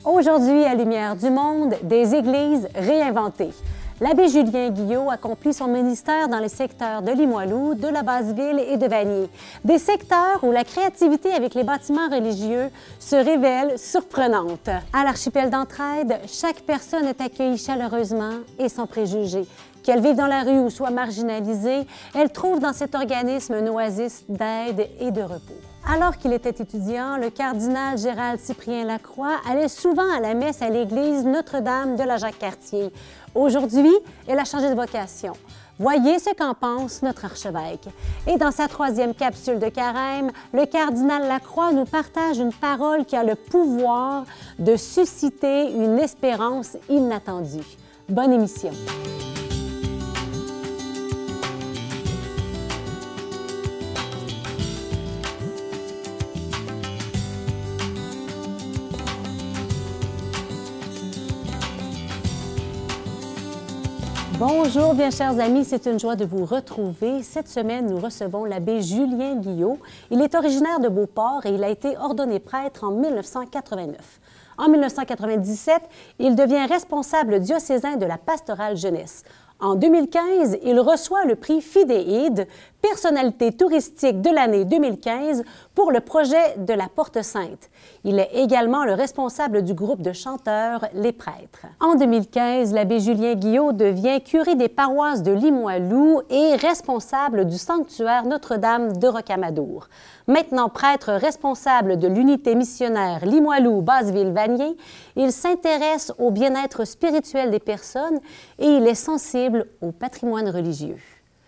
Aujourd'hui, à Lumière du Monde, des églises réinventées. L'abbé Julien Guillot accomplit son ministère dans les secteurs de Limoilou, de la Basse-Ville et de Vanier. Des secteurs où la créativité avec les bâtiments religieux se révèle surprenante. À l'archipel d'Entraide, chaque personne est accueillie chaleureusement et sans préjugés. Qu'elle vive dans la rue ou soit marginalisée, elle trouve dans cet organisme une oasis d'aide et de repos. Alors qu'il était étudiant, le cardinal Gérald Cyprien Lacroix allait souvent à la messe à l'église Notre-Dame de la Jacques-Cartier. Aujourd'hui, elle a changé de vocation. Voyez ce qu'en pense notre archevêque. Et dans sa troisième capsule de carême, le cardinal Lacroix nous partage une parole qui a le pouvoir de susciter une espérance inattendue. Bonne émission. Bonjour, bien chers amis, c'est une joie de vous retrouver. Cette semaine, nous recevons l'abbé Julien Guillot. Il est originaire de Beauport et il a été ordonné prêtre en 1989. En 1997, il devient responsable diocésain de la pastorale jeunesse. En 2015, il reçoit le prix Fidéide, personnalité touristique de l'année 2015 pour le projet de la Porte Sainte. Il est également le responsable du groupe de chanteurs Les Prêtres. En 2015, l'abbé Julien Guillot devient curé des paroisses de Limoilou et responsable du sanctuaire Notre-Dame de Rocamadour. Maintenant prêtre responsable de l'unité missionnaire Limoilou-Basse-Ville-Vanier, il s'intéresse au bien-être spirituel des personnes et il est sensible au patrimoine religieux.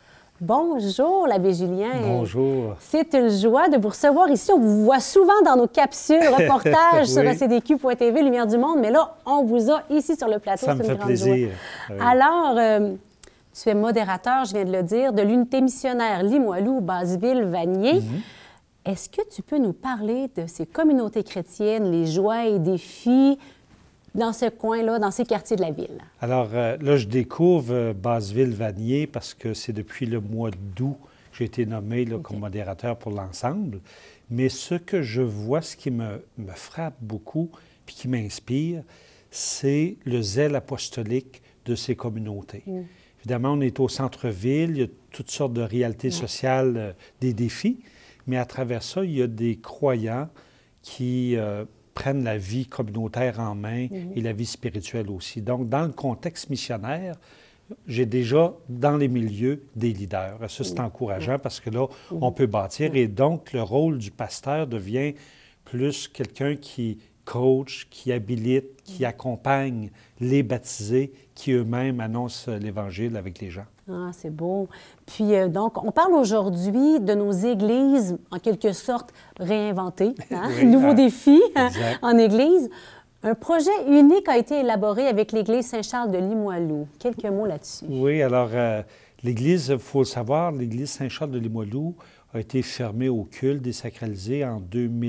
Bonjour, l'abbé Julien. Bonjour. C'est une joie de vous recevoir ici. On vous voit souvent dans nos capsules, reportages sur ACDQ.tv, Lumière du Monde, mais là, on vous a ici sur le plateau. Ça me fait plaisir. Oui. Alors, tu es modérateur, je viens de le dire, de l'unité missionnaire Limoilou-Basse-Ville-Vanier. Est-ce que tu peux nous parler de ces communautés chrétiennes, les joies et défis dans ce coin-là, dans ces quartiers de la ville? Alors, là, je découvre Basse-Ville-Vanier parce que c'est depuis le mois d'août que j'ai été nommé là, comme modérateur pour l'ensemble. Mais ce que je vois, ce qui me frappe beaucoup puis qui m'inspire, c'est le zèle apostolique de ces communautés. Évidemment, on est au centre-ville, il y a toutes sortes de réalités sociales, des défis, mais à travers ça, il y a des croyants qui prennent la vie communautaire en main et la vie spirituelle aussi. Donc, dans le contexte missionnaire, j'ai déjà dans les milieux des leaders. Ça, c'est encourageant parce que là, on peut bâtir. Et donc, le rôle du pasteur devient plus quelqu'un qui coach, qui habilite, qui accompagne les baptisés, qui eux-mêmes annoncent l'Évangile avec les gens. Ah, c'est beau. Puis, donc, on parle aujourd'hui de nos églises, en quelque sorte, réinventées. Hein? Nouveau défi en église. Un projet unique a été élaboré avec l'Église Saint-Charles de Limoilou. Quelques mots là-dessus. Oui, alors, l'Église, il faut le savoir, l'Église Saint-Charles de Limoilou a été fermée au culte, désacralisée en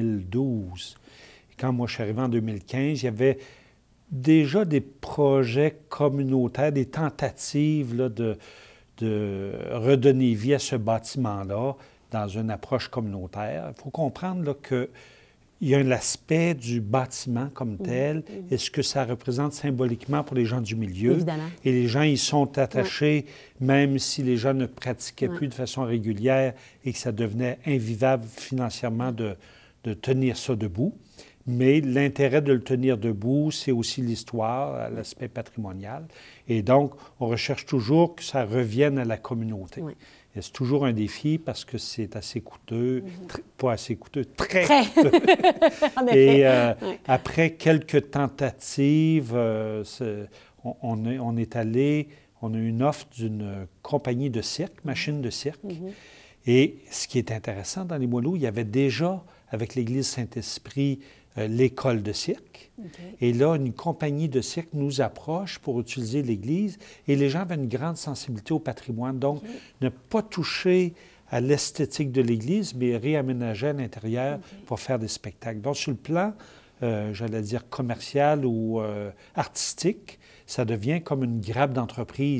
2012. Et quand moi, je suis arrivé en 2015, il y avait déjà des projets communautaires, des tentatives là, de redonner vie à ce bâtiment-là dans une approche communautaire. Il faut comprendre qu'il y a l'aspect du bâtiment comme tel et ce que ça représente symboliquement pour les gens du milieu. Évidemment. Et les gens y sont attachés, même si les gens ne pratiquaient plus de façon régulière et que ça devenait invivable financièrement de tenir ça debout. Mais l'intérêt de le tenir debout, c'est aussi l'histoire, l'aspect patrimonial. Et donc, on recherche toujours que ça revienne à la communauté. Et c'est toujours un défi parce que c'est assez coûteux, pas assez coûteux, très coûteux. Et après quelques tentatives, on est allé, on a eu une offre d'une compagnie de cirque, machine de cirque. Et ce qui est intéressant dans Limoilou, il y avait déjà, avec l'Église Saint-Esprit, l'école de cirque. Et là, une compagnie de cirque nous approche pour utiliser l'église et les gens avaient une grande sensibilité au patrimoine. Donc, ne pas toucher à l'esthétique de l'église, mais réaménager à l'intérieur pour faire des spectacles. Donc, sur le plan, j'allais dire commercial ou artistique, ça devient comme une grappe d'entreprise.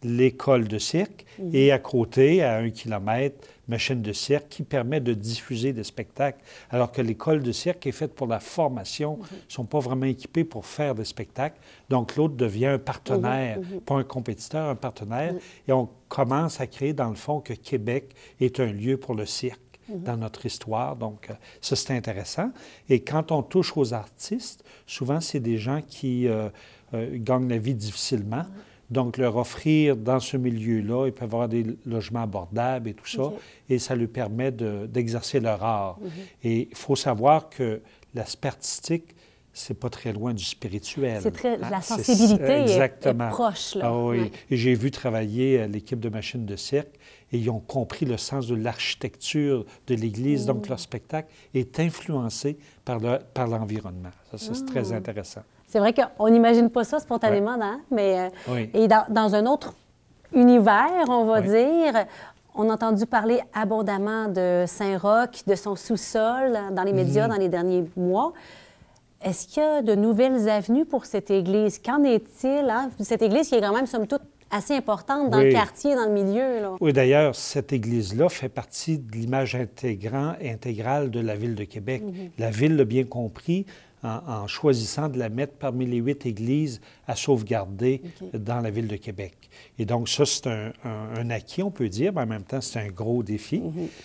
l'école de cirque et à côté, à 1 kilomètre, machine de cirque qui permet de diffuser des spectacles, alors que l'école de cirque est faite pour la formation, ils ne sont pas vraiment équipés pour faire des spectacles. Donc, l'autre devient un partenaire, pas un compétiteur, un partenaire. Et on commence à créer, dans le fond, que Québec est un lieu pour le cirque dans notre histoire. Donc, ça, c'est intéressant. Et quand on touche aux artistes, souvent, c'est des gens qui gagnent la vie difficilement. Donc, leur offrir dans ce milieu-là, ils peuvent avoir des logements abordables et tout ça, et ça leur permet d'exercer leur art. Et il faut savoir que l'aspect artistique, c'est pas très loin du spirituel. C'est très... La sensibilité est proche, là. Ah oui. Et j'ai vu travailler l'équipe de machines de cirque, et ils ont compris le sens de l'architecture de l'Église. Donc, leur spectacle est influencé par l'environnement. Ça, c'est très intéressant. C'est vrai qu'on n'imagine pas ça spontanément, hein? Mais et dans un autre univers, on va dire, on a entendu parler abondamment de Saint-Roch, de son sous-sol dans les médias dans les derniers mois. Est-ce qu'il y a de nouvelles avenues pour cette église? Qu'en est-il? Hein? Cette église qui est quand même, somme toute, assez importante dans le quartier, dans le milieu. Là. Oui, d'ailleurs, cette église-là fait partie de l'image intégrale de la Ville de Québec. La Ville l'a bien compris en choisissant de la mettre parmi les 8 églises à sauvegarder dans la Ville de Québec. Et donc, ça, c'est un acquis, on peut dire, mais en même temps, c'est un gros défi.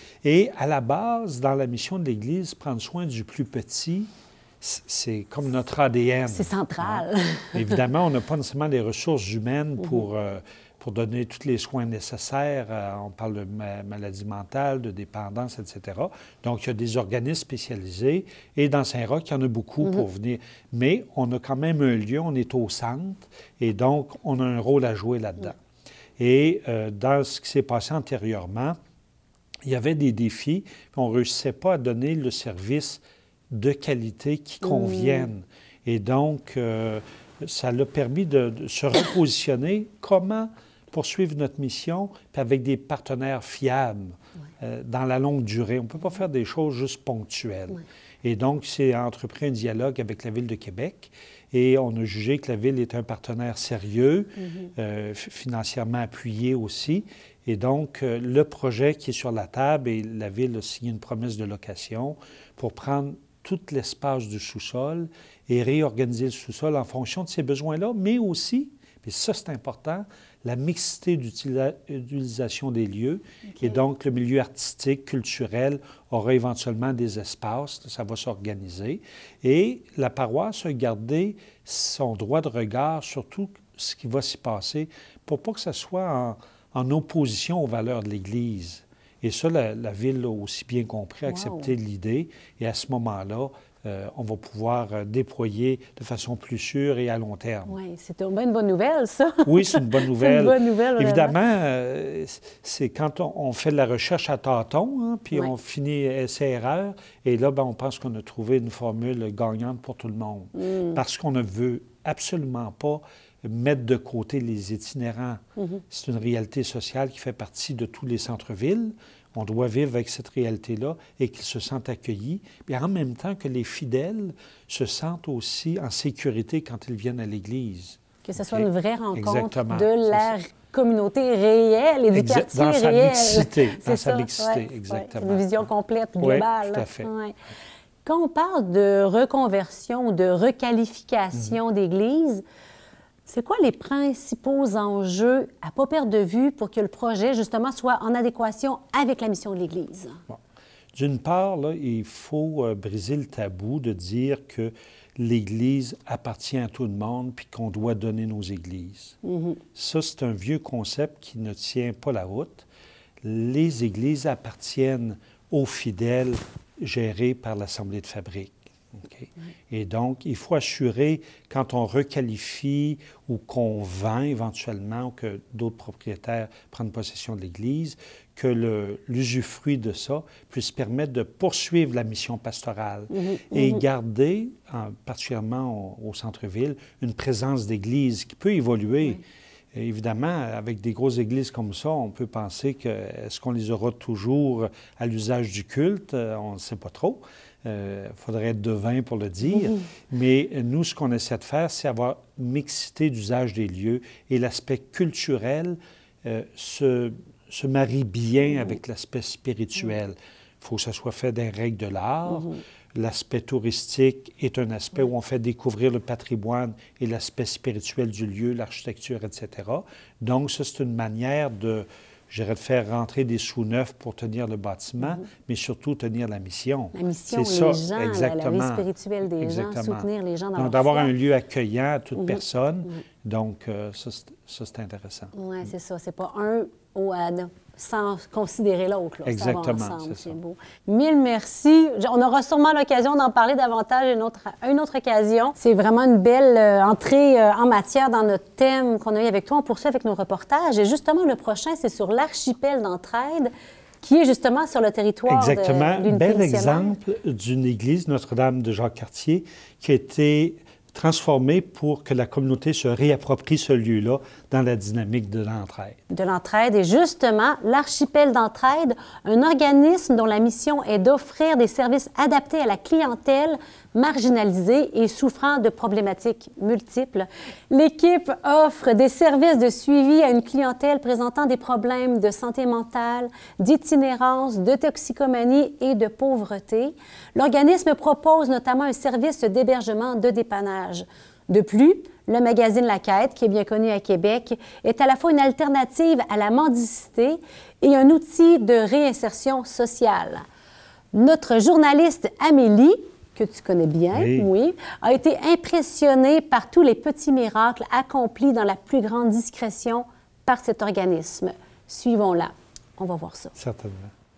Et à la base, dans la mission de l'Église, prendre soin du plus petit, c'est comme notre ADN. C'est central. Hein? Évidemment, on n'a pas nécessairement les ressources humaines pour donner tous les soins nécessaires. On parle de maladies mentales, de dépendance, etc. Donc, il y a des organismes spécialisés. Et dans Saint-Roch, il y en a beaucoup pour venir. Mais on a quand même un lieu, on est au centre. Et donc, on a un rôle à jouer là-dedans. Et dans ce qui s'est passé antérieurement, il y avait des défis. On ne réussissait pas à donner le service de qualité qui conviennent. Et donc, ça l'a permis de se repositionner. Comment poursuivre notre mission, puis avec des partenaires fiables dans la longue durée. On ne peut pas faire des choses juste ponctuelles. Et donc, c'est entrepris un dialogue avec la Ville de Québec et on a jugé que la Ville est un partenaire sérieux, financièrement appuyé aussi. Et donc, le projet qui est sur la table, et la Ville a signé une promesse de location pour prendre tout l'espace du sous-sol et réorganiser le sous-sol en fonction de ces besoins-là, mais aussi, et ça c'est important, la mixité d'utilisation des lieux. Et donc, le milieu artistique, culturel aura éventuellement des espaces, ça va s'organiser. Et la paroisse a gardé son droit de regard sur tout ce qui va s'y passer pour pas que ça soit en opposition aux valeurs de l'Église. Et ça, la Ville a aussi bien compris, accepté l'idée. Et à ce moment-là, on va pouvoir déployer de façon plus sûre et à long terme. Oui, c'est une bonne nouvelle, ça. Oui, c'est une bonne nouvelle. C'est une bonne nouvelle, évidemment, c'est quand on fait de la recherche à tâtons, hein, puis on finit essai-erreur, et là, on pense qu'on a trouvé une formule gagnante pour tout le monde. Parce qu'on ne veut absolument pas mettre de côté les itinérants. C'est une réalité sociale qui fait partie de tous les centres-villes. On doit vivre avec cette réalité-là et qu'ils se sentent accueillis, et en même temps que les fidèles se sentent aussi en sécurité quand ils viennent à l'Église. Que ce soit une vraie rencontre de la communauté réelle et du quartier dans réel. Dans sa mixité, exactement. C'est une vision complète, globale. Oui, tout à fait. Quand on parle de reconversion ou de requalification d'église, c'est quoi les principaux enjeux à ne pas perdre de vue pour que le projet, justement, soit en adéquation avec la mission de l'Église? Bon. D'une part, là, il faut briser le tabou de dire que l'Église appartient à tout le monde puis qu'on doit donner nos églises. Ça, c'est un vieux concept qui ne tient pas la route. Les églises appartiennent aux fidèles gérés par l'Assemblée de fabrique. Okay. Et donc, il faut assurer, quand on requalifie ou qu'on vend éventuellement, ou que d'autres propriétaires prennent possession de l'Église, que l'usufruit de ça puisse permettre de poursuivre la mission pastorale et garder, particulièrement au centre-ville, une présence d'Église qui peut évoluer. Et évidemment, avec des grosses églises comme ça, on peut penser que est-ce qu'on les aura toujours à l'usage du culte? On ne sait pas trop. Faudrait être devin pour le dire. Mais nous, ce qu'on essaie de faire, c'est avoir mixité d'usage des lieux et l'aspect culturel se marie bien avec l'aspect spirituel. Il faut que ça soit fait des règles de l'art. L'aspect touristique est un aspect où on fait découvrir le patrimoine et l'aspect spirituel du lieu, l'architecture, etc. Donc, ça, c'est une manière de faire rentrer des sous neufs pour tenir le bâtiment, mais surtout tenir la mission. La mission, c'est les ça, gens, exactement. la vie spirituelle des gens, soutenir les gens dans Donc, leur foi. d'avoir un lieu accueillant à toute personne. Donc, ça, c'est intéressant. Oui, c'est ça. C'est pas un sans considérer l'autre. Exactement, ça va ensemble, c'est ça. beau. Mille merci. On aura sûrement l'occasion d'en parler davantage à une autre occasion. C'est vraiment une belle entrée en matière dans notre thème qu'on a eu avec toi. On poursuit avec nos reportages. Et justement, le prochain, c'est sur l'archipel d'Entraide, qui est justement sur le territoire Exactement. de l'unité Bel missionnaire. exemple d'une église, Notre-Dame de Jacques-Cartier, qui a été transformée pour que la communauté se réapproprie ce lieu-là dans la dynamique de l'entraide. De l'entraide. Et justement, l'archipel d'Entraide, un organisme dont la mission est d'offrir des services adaptés à la clientèle marginalisée et souffrant de problématiques multiples. L'équipe offre des services de suivi à une clientèle présentant des problèmes de santé mentale, d'itinérance, de toxicomanie et de pauvreté. L'organisme propose notamment un service d'hébergement de dépannage. De plus, le magazine La Quête, qui est bien connu à Québec, est à la fois une alternative à la mendicité et un outil de réinsertion sociale. Notre journaliste Amélie, que tu connais bien, oui, a été impressionnée par tous les petits miracles accomplis dans la plus grande discrétion par cet organisme. Suivons-la. On va voir ça. Certainement.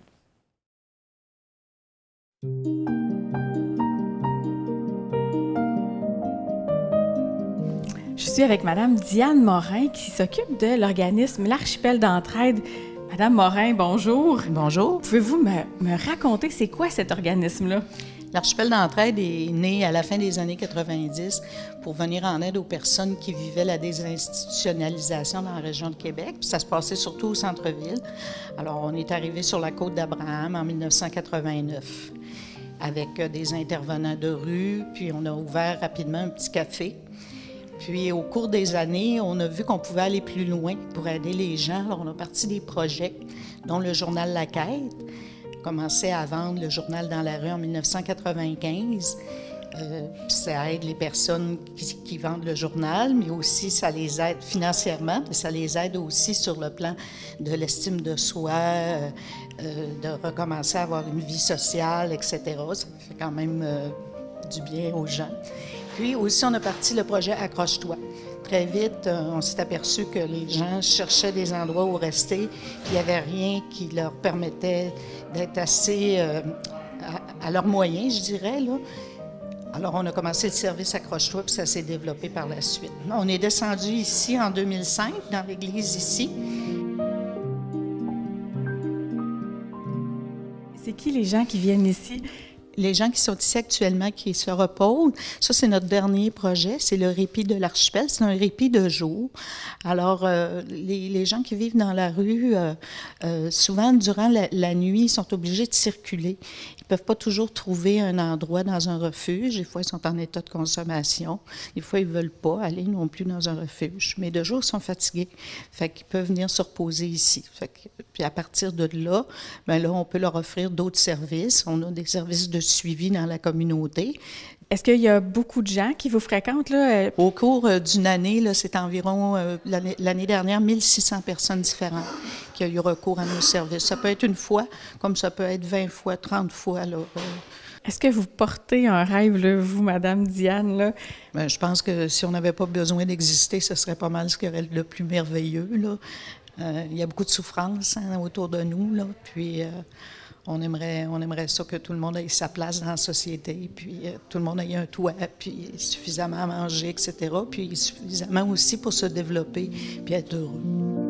Je suis avec Mme Diane Morin qui s'occupe de l'organisme L'Archipel d'Entraide. Madame Morin, bonjour. Bonjour. Pouvez-vous me raconter c'est quoi cet organisme-là? L'Archipel d'Entraide est né à la fin des années 90 pour venir en aide aux personnes qui vivaient la désinstitutionnalisation dans la région de Québec. Puis ça se passait surtout au centre-ville. Alors, on est arrivé sur la côte d'Abraham en 1989 avec des intervenants de rue, puis on a ouvert rapidement un petit café. Puis, au cours des années, on a vu qu'on pouvait aller plus loin pour aider les gens. Alors, on a parti des projets, dont le journal La Quête. On commençait à vendre le journal dans la rue en 1995. Ça aide les personnes qui vendent le journal, mais aussi ça les aide financièrement, mais ça les aide aussi sur le plan de l'estime de soi, de recommencer à avoir une vie sociale, etc. Ça fait quand même du bien aux gens. Puis aussi, on a parti le projet Accroche-toi. Très vite, on s'est aperçu que les gens cherchaient des endroits où rester, puis il n'y avait rien qui leur permettait d'être assez à leurs moyens, je dirais, là. Alors, on a commencé le service Accroche-toi, puis ça s'est développé par la suite. On est descendu ici en 2005, dans l'église ici. C'est qui les gens qui viennent ici? Les gens qui sont ici actuellement, qui se reposent, ça, c'est notre dernier projet, c'est le répit de l'archipel. C'est un répit de jour. Alors, les gens qui vivent dans la rue, souvent, durant la nuit, ils sont obligés de circuler. Ils ne peuvent pas toujours trouver un endroit dans un refuge. Des fois, ils sont en état de consommation. Des fois, ils ne veulent pas aller non plus dans un refuge. Mais de jour, ils sont fatigués. Fait qu'ils peuvent venir se reposer ici. Puis à partir de là, bien là, on peut leur offrir d'autres services. On a des services de suivi dans la communauté. Est-ce qu'il y a beaucoup de gens qui vous fréquentent, là? Au cours d'une année, là, c'est environ, l'année dernière, 1600 personnes différentes qui ont eu recours à nos services. Ça peut être une fois, comme ça peut être 20 fois, 30 fois. Là. Est-ce que vous portez un rêve, là, vous, Madame Diane, là? Bien, je pense que si on n'avait pas besoin d'exister, ce serait pas mal ce qui aurait le plus merveilleux, là. Il y a beaucoup de souffrance autour de nous, là, puis on aimerait ça que tout le monde ait sa place dans la société, puis tout le monde ait un toit, puis suffisamment à manger, etc., puis suffisamment aussi pour se développer, puis être heureux.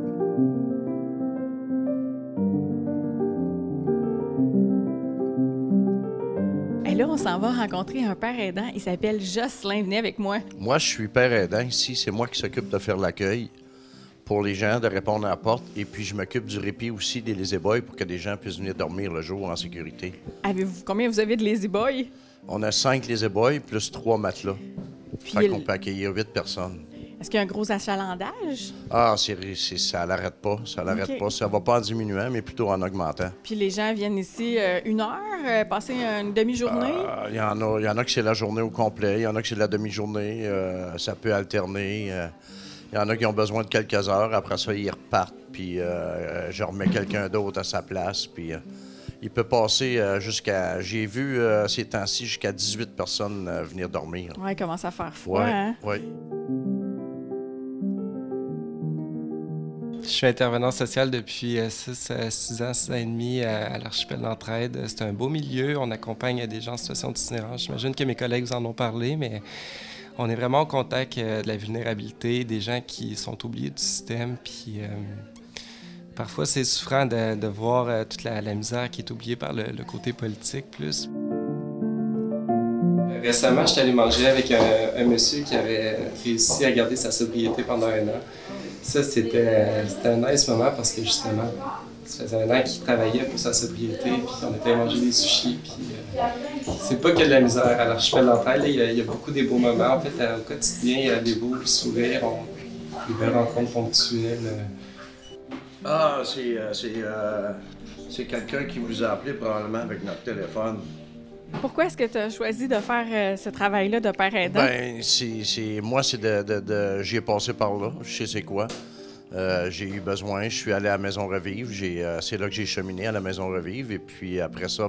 Et là, on s'en va rencontrer un père aidant. Il s'appelle Jocelyn. Venez avec moi. Moi, je suis père aidant ici. C'est moi qui s'occupe de faire l'accueil pour les gens, de répondre à la porte. Et puis, je m'occupe du répit aussi des lazy-boys pour que des gens puissent venir dormir le jour en sécurité. Combien vous avez de lazy-boys? On a 5 lazy-boys plus 3 matelas. Fait qu'on peut accueillir 8 personnes. Est-ce qu'il y a un gros achalandage? Ah, ça l'arrête pas. Ça l'arrête pas. Ça va pas en diminuant, mais plutôt en augmentant. Puis les gens viennent ici 1 heure, passer une demi-journée? Il y en a que c'est la journée au complet. Il y en a que c'est la demi-journée. Ça peut alterner. Il y en a qui ont besoin de quelques heures. Après ça, ils repartent. Puis je remets quelqu'un d'autre à sa place. Puis il peut passer jusqu'à... J'ai vu ces temps-ci jusqu'à 18 personnes venir dormir. Oui, il commence à faire froid, Ouais, hein? oui. Je suis intervenant social depuis 6 ans, 6 ans et demi à l'Archipel d'Entraide. C'est un beau milieu. On accompagne des gens en situation d'itinérance. J'imagine que mes collègues vous en ont parlé, mais on est vraiment au contact de la vulnérabilité, des gens qui sont oubliés du système. Puis parfois, c'est souffrant de voir toute la misère qui est oubliée par le côté politique plus. Récemment, je suis allé manger avec un monsieur qui avait réussi à garder sa sobriété pendant 1 an. Ça, c'était un nice moment parce que justement, ça faisait 1 an qu'il travaillait pour sa sobriété, puis on était manger des sushis, puis c'est pas que de la misère à l'Archipel d'Entraide. Il y a beaucoup des beaux moments. En fait, au quotidien, il y a des beaux sourires, des belles rencontres ponctuelles. Ah, c'est quelqu'un qui vous a appelé probablement avec notre téléphone. Pourquoi est-ce que tu as choisi de faire ce travail-là de père aidant? Ben, moi, j'y ai passé par là, je sais c'est quoi. J'ai eu besoin, je suis allé à la Maison Revive, c'est là que j'ai cheminé à la Maison Revive, et puis après ça,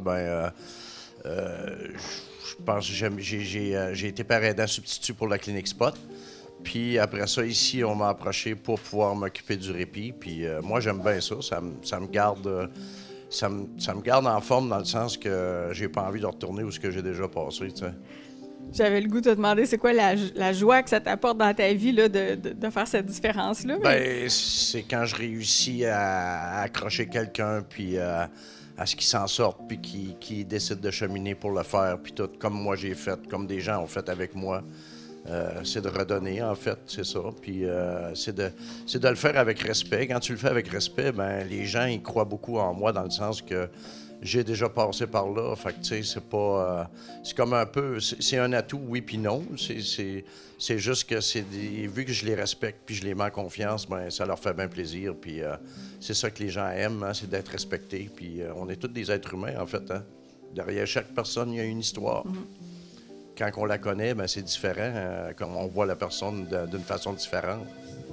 je pense que j'ai été père aidant substitut pour la clinique Spot. Puis après ça, ici, on m'a approché pour pouvoir m'occuper du répit, puis moi, j'aime bien ça, ça me garde... Ça me garde en forme dans le sens que j'ai pas envie de retourner où ce que j'ai déjà passé, tu sais. J'avais le goût de te demander, c'est quoi la joie que ça t'apporte dans ta vie là, de faire cette différence-là? Bien, c'est quand je réussis à accrocher quelqu'un, puis à ce qu'il s'en sorte, puis qu'il décide de cheminer pour le faire, puis tout, comme moi j'ai fait, comme des gens ont fait avec moi. C'est de redonner, en fait, c'est ça. Puis c'est de le faire avec respect. Quand tu le fais avec respect, ben les gens, ils croient beaucoup en moi dans le sens que j'ai déjà passé par là. Fait que, tu sais, c'est pas... c'est comme un peu... C'est un atout, oui puis non. C'est juste que vu que je les respecte puis je les mets en confiance, ben ça leur fait bien plaisir. Puis c'est ça que les gens aiment, hein, c'est d'être respectés. Puis on est tous des êtres humains, en fait, hein. Derrière chaque personne, il y a une histoire. Quand on la connaît, ben c'est différent, comme on voit la personne d'une façon différente.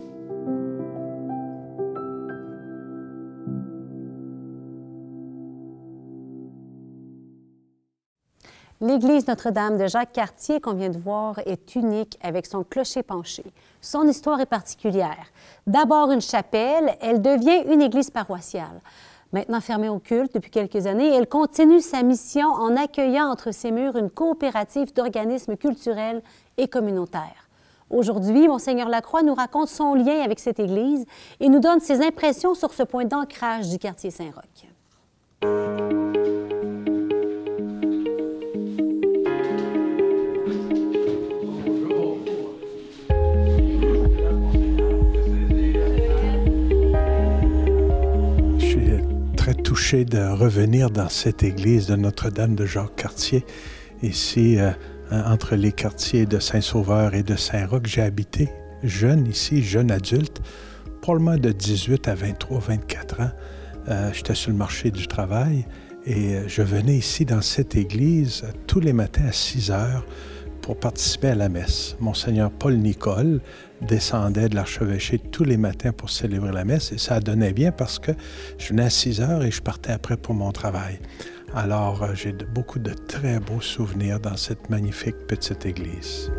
L'église Notre-Dame de Jacques-Cartier, qu'on vient de voir, est unique avec son clocher penché. Son histoire est particulière. D'abord une chapelle, elle devient une église paroissiale. Maintenant fermée au culte depuis quelques années, elle continue sa mission en accueillant entre ses murs une coopérative d'organismes culturels et communautaires. Aujourd'hui, Monseigneur Lacroix nous raconte son lien avec cette église et nous donne ses impressions sur ce point d'ancrage du quartier Saint-Roch. Touché de revenir dans cette église de Notre-Dame de Jacques-Cartier. Ici, entre les quartiers de Saint-Sauveur et de Saint-Roch, j'ai habité jeune ici, jeune adulte, probablement de 18 à 23, 24 ans. J'étais sur le marché du travail et je venais ici dans cette église tous les matins à 6 heures pour participer à la messe. Monseigneur Paul Nicole descendait de l'archevêché tous les matins pour célébrer la messe et ça donnait bien parce que je venais à 6 heures et je partais après pour mon travail. Alors, j'ai beaucoup de très beaux souvenirs dans cette magnifique petite église.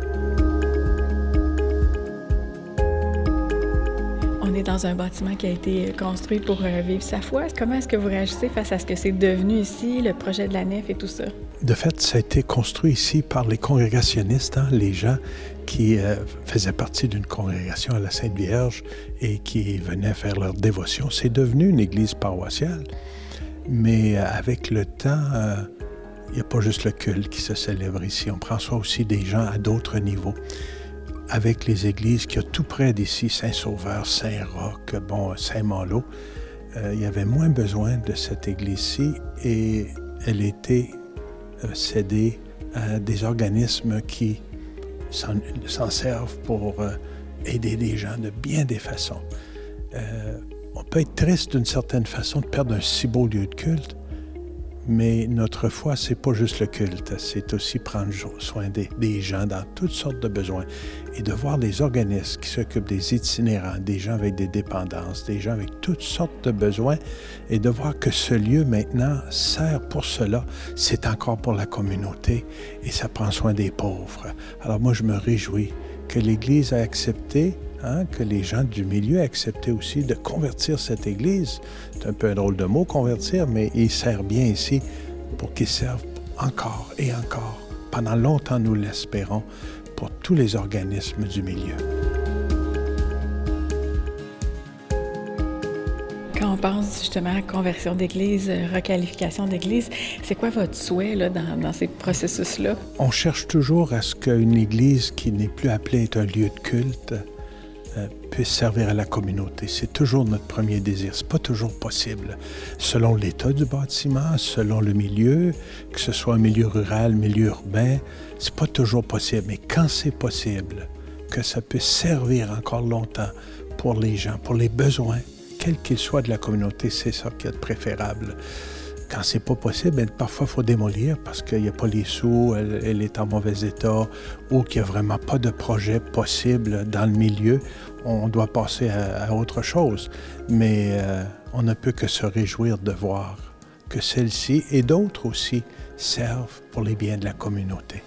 On est dans un bâtiment qui a été construit pour vivre sa foi. Comment est-ce que vous réagissez face à ce que c'est devenu ici, le projet de la nef et tout ça? De fait, ça a été construit ici par les congrégationnistes, hein, les gens qui faisaient partie d'une congrégation à la Sainte Vierge et qui venaient faire leur dévotion. C'est devenu une église paroissiale, mais avec le temps, il n'y a pas juste le culte qui se célèbre ici. On prend soin aussi des gens à d'autres niveaux. avec les églises qu'il y a tout près d'ici, Saint-Sauveur, Saint-Roch, Saint-Malo. Il y avait moins besoin de cette église-ci et elle était cédée à des organismes qui s'en servent pour aider les gens de bien des façons. On peut être triste d'une certaine façon de perdre un si beau lieu de culte, mais notre foi, c'est pas juste le culte, c'est aussi prendre soin des gens dans toutes sortes de besoins et de voir des organismes qui s'occupent des itinérants, des gens avec des dépendances, des gens avec toutes sortes de besoins et de voir que ce lieu maintenant sert pour cela, c'est encore pour la communauté et ça prend soin des pauvres. Alors moi, je me réjouis que l'Église a accepté, que les gens du milieu aient accepté aussi de convertir cette Église. C'est un peu un drôle de mot, convertir, mais il sert bien ici pour qu'il serve encore et encore. Pendant longtemps, nous l'espérons, pour tous les organismes du milieu. Quand on pense justement à conversion d'église, requalification d'église, c'est quoi votre souhait là, dans ces processus-là? On cherche toujours à ce qu'une église qui n'est plus appelée être un lieu de culte puisse servir à la communauté. C'est toujours notre premier désir. C'est pas toujours possible. Selon l'état du bâtiment, selon le milieu, que ce soit un milieu rural, milieu urbain, c'est pas toujours possible. Mais quand c'est possible, que ça puisse servir encore longtemps pour les gens, pour les besoins, quels qu'ils soient de la communauté, c'est ça qui est préférable. Quand c'est pas possible, bien, parfois, il faut démolir parce qu'il n'y a pas les sous, elle est en mauvais état ou qu'il n'y a vraiment pas de projet possible dans le milieu. On doit passer à autre chose. Mais on ne peut que se réjouir de voir que celle-ci et d'autres aussi servent pour les biens de la communauté.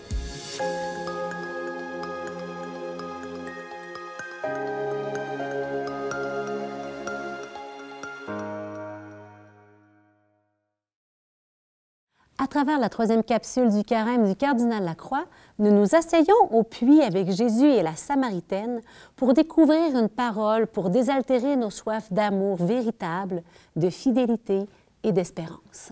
À travers la troisième capsule du carême du cardinal Lacroix, nous nous asseyons au puits avec Jésus et la Samaritaine pour découvrir une parole pour désaltérer nos soifs d'amour véritable, de fidélité et d'espérance.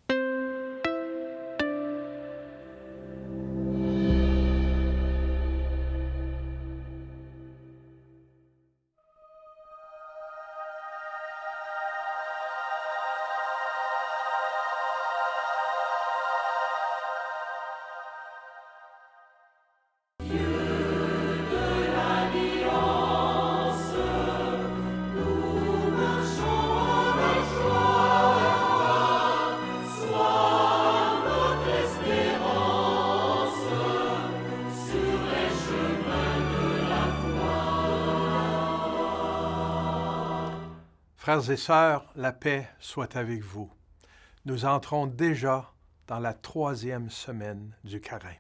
Frères et sœurs, la paix soit avec vous. Nous entrons déjà dans la troisième semaine du carême.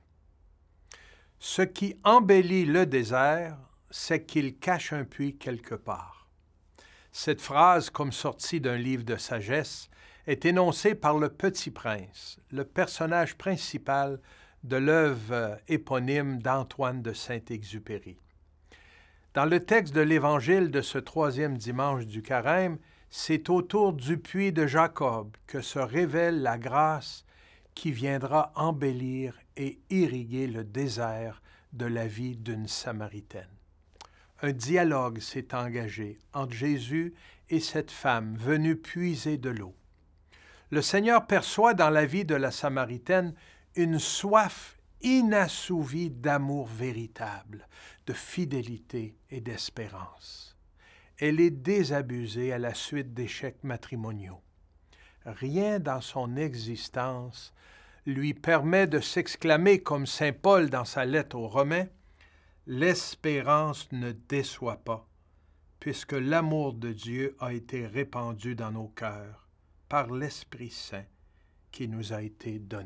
Ce qui embellit le désert, c'est qu'il cache un puits quelque part. Cette phrase, comme sortie d'un livre de sagesse, est énoncée par le Petit Prince, le personnage principal de l'œuvre éponyme d'Antoine de Saint-Exupéry. Dans le texte de l'Évangile de ce troisième dimanche du carême, c'est autour du puits de Jacob que se révèle la grâce qui viendra embellir et irriguer le désert de la vie d'une Samaritaine. Un dialogue s'est engagé entre Jésus et cette femme venue puiser de l'eau. Le Seigneur perçoit dans la vie de la Samaritaine une soif inassouvie d'amour véritable, de fidélité et d'espérance. Elle est désabusée à la suite d'échecs matrimoniaux. Rien dans son existence lui permet de s'exclamer comme saint Paul dans sa lettre aux Romains, « L'espérance ne déçoit pas, puisque l'amour de Dieu a été répandu dans nos cœurs par l'Esprit Saint qui nous a été donné. »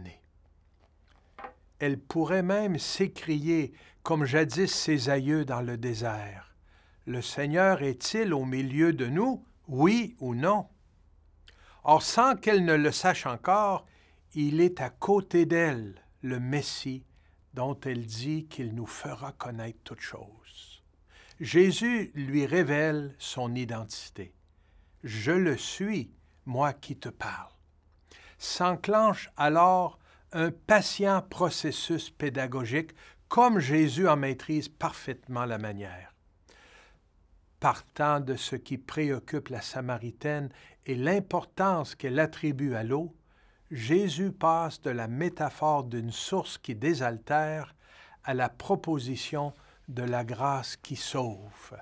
Elle pourrait même s'écrier, comme jadis ses aïeux dans le désert. « Le Seigneur est-il au milieu de nous, oui ou non? » Or, sans qu'elle ne le sache encore, il est à côté d'elle, le Messie, dont elle dit qu'il nous fera connaître toutes choses. Jésus lui révèle son identité. « Je le suis, moi qui te parle. » S'enclenche alors un patient processus pédagogique comme Jésus en maîtrise parfaitement la manière. Partant de ce qui préoccupe la Samaritaine et l'importance qu'elle attribue à l'eau, Jésus passe de la métaphore d'une source qui désaltère à la proposition de la grâce qui sauve.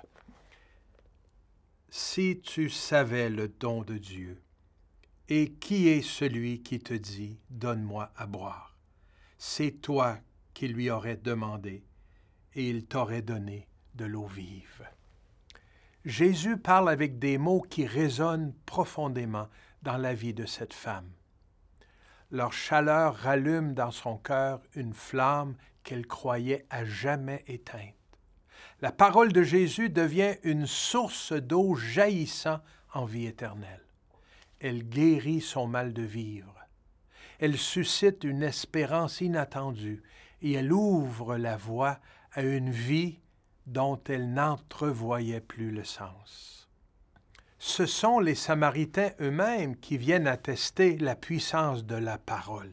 Si tu savais le don de Dieu, et qui est celui qui te dit « Donne-moi à boire », c'est toi qui lui aurais demandé, et il t'aurait donné de l'eau vive. Jésus parle avec des mots qui résonnent profondément dans la vie de cette femme. Leur chaleur rallume dans son cœur une flamme qu'elle croyait à jamais éteinte. La parole de Jésus devient une source d'eau jaillissant en vie éternelle. Elle guérit son mal de vivre. Elle suscite une espérance inattendue et elle ouvre la voie à une vie dont elle n'entrevoyait plus le sens. Ce sont les Samaritains eux-mêmes qui viennent attester la puissance de la parole.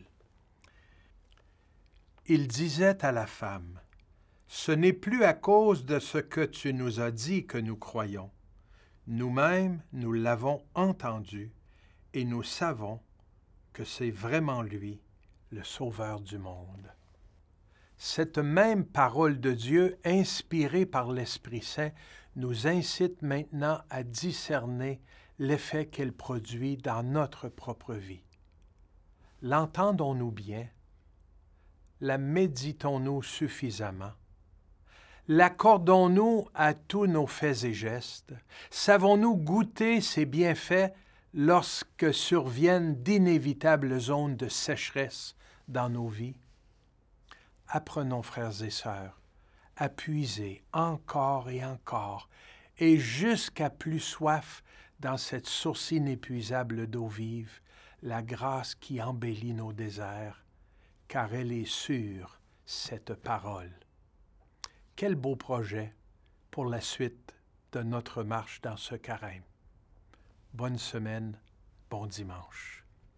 Ils disaient à la femme, « Ce n'est plus à cause de ce que tu nous as dit que nous croyons. Nous-mêmes, nous l'avons entendu et nous savons que c'est vraiment lui, le Sauveur du monde. » Cette même parole de Dieu, inspirée par l'Esprit Saint, nous incite maintenant à discerner l'effet qu'elle produit dans notre propre vie. L'entendons-nous bien? La méditons-nous suffisamment? L'accordons-nous à tous nos faits et gestes? Savons-nous goûter ses bienfaits lorsque surviennent d'inévitables zones de sécheresse dans nos vies? Apprenons, frères et sœurs, à puiser encore et jusqu'à plus soif dans cette source inépuisable d'eau vive, la grâce qui embellit nos déserts, car elle est sûre, cette parole. Quel beau projet pour la suite de notre marche dans ce carême. Bonne semaine, bon dimanche.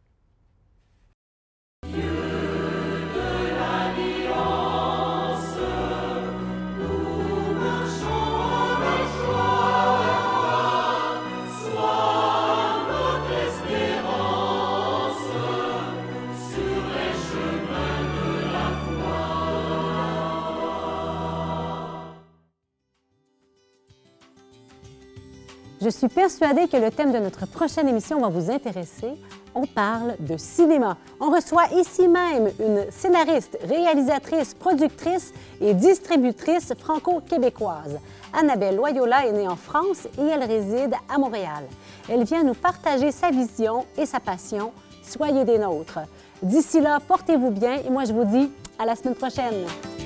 Je suis persuadée que le thème de notre prochaine émission va vous intéresser. On parle de cinéma. On reçoit ici même une scénariste, réalisatrice, productrice et distributrice franco-québécoise. Annabelle Loyola est née en France et elle réside à Montréal. Elle vient nous partager sa vision et sa passion. Soyez des nôtres. D'ici là, portez-vous bien et moi je vous dis à la semaine prochaine.